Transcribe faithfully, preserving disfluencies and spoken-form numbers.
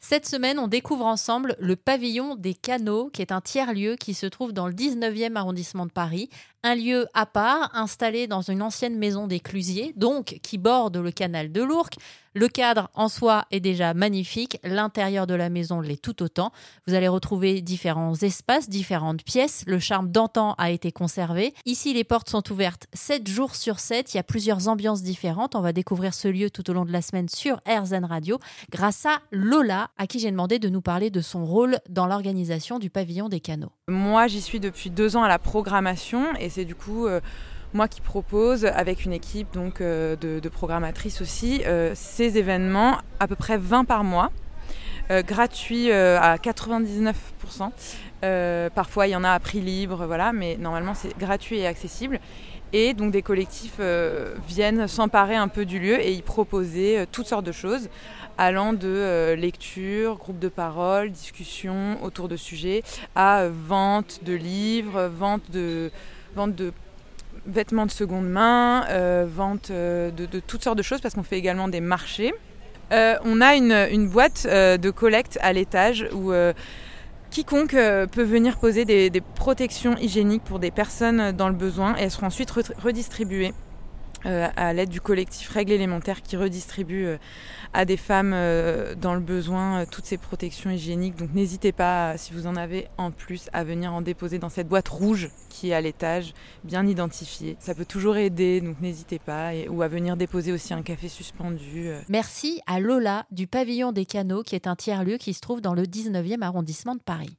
Cette semaine, on découvre ensemble le pavillon des Canaux, qui est un tiers-lieu qui se trouve dans le dix-neuvième arrondissement de Paris. Un lieu à part, installé dans une ancienne maison des Clusiers, donc qui borde le canal de l'Ourcq. Le cadre en soi est déjà magnifique, l'intérieur de la maison l'est tout autant. Vous allez retrouver différents espaces, différentes pièces. Le charme d'antan a été conservé. Ici, les portes sont ouvertes sept jours sur sept. Il y a plusieurs ambiances différentes. On va découvrir ce lieu tout au long de la semaine sur R Z N Radio grâce à Lola, à qui j'ai demandé de nous parler de son rôle dans l'organisation du pavillon des Canaux. Moi, j'y suis depuis deux ans à la programmation et c'est du coup euh, moi qui propose, avec une équipe donc, euh, de, de programmatrices aussi, euh, ces événements, à peu près vingt par mois, euh, gratuits euh, à quatre-vingt-dix-neuf pour cent. Euh, parfois, il y en a à prix libre, voilà, mais normalement, c'est gratuit et accessible. Et donc, des collectifs euh, viennent s'emparer un peu du lieu et y proposer euh, toutes sortes de choses, allant de euh, lecture, groupe de parole, discussion autour de sujets, à euh, vente de livres, vente de, vente de vêtements de seconde main, euh, vente euh, de, de toutes sortes de choses, parce qu'on fait également des marchés. Euh, on a une, une boîte euh, de collecte à l'étage où euh, quiconque euh, peut venir poser des, des protections hygiéniques pour des personnes dans le besoin, et elles seront ensuite re- redistribuées Euh, à l'aide du collectif Règles élémentaires qui redistribue euh, à des femmes euh, dans le besoin euh, toutes ces protections hygiéniques. Donc n'hésitez pas, si vous en avez en plus, à venir en déposer dans cette boîte rouge qui est à l'étage, bien identifiée. Ça peut toujours aider, donc n'hésitez pas, et, ou à venir déposer aussi un café suspendu. Euh. Merci à Lola du pavillon des Canaux, qui est un tiers-lieu qui se trouve dans le dix-neuvième arrondissement de Paris.